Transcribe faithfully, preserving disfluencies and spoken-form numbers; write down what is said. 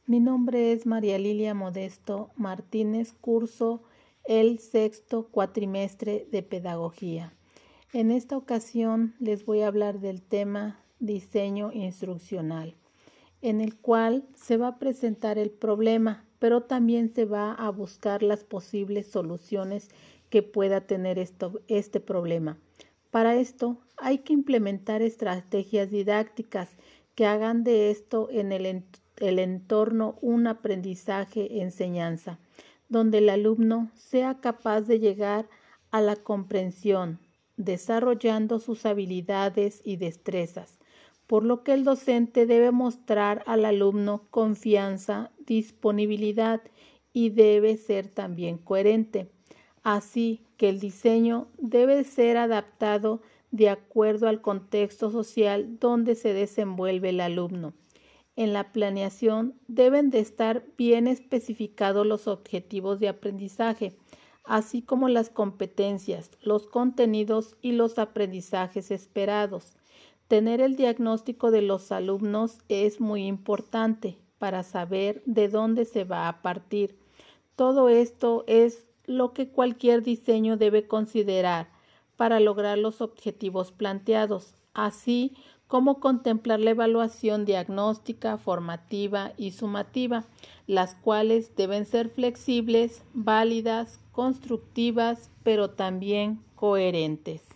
Mi nombre es María Lilia Modesto Martínez, curso el sexto cuatrimestre de Pedagogía. En esta ocasión les voy a hablar del tema diseño instruccional, en el cual se va a presentar el problema, pero también se va a buscar las posibles soluciones que pueda tener esto, este problema. Para esto hay que implementar estrategias didácticas que hagan de esto en el entorno el entorno un aprendizaje-enseñanza, donde el alumno sea capaz de llegar a la comprensión, desarrollando sus habilidades y destrezas, por lo que el docente debe mostrar al alumno confianza, disponibilidad y debe ser también coherente. Así que el diseño debe ser adaptado de acuerdo al contexto social donde se desenvuelve el alumno. En la planeación deben de estar bien especificados los objetivos de aprendizaje, así como las competencias, los contenidos y los aprendizajes esperados. Tener el diagnóstico de los alumnos es muy importante para saber de dónde se va a partir. Todo esto es lo que cualquier diseño debe considerar para lograr los objetivos planteados, así como contemplar la evaluación diagnóstica, formativa y sumativa, las cuales deben ser flexibles, válidas, constructivas, pero también coherentes.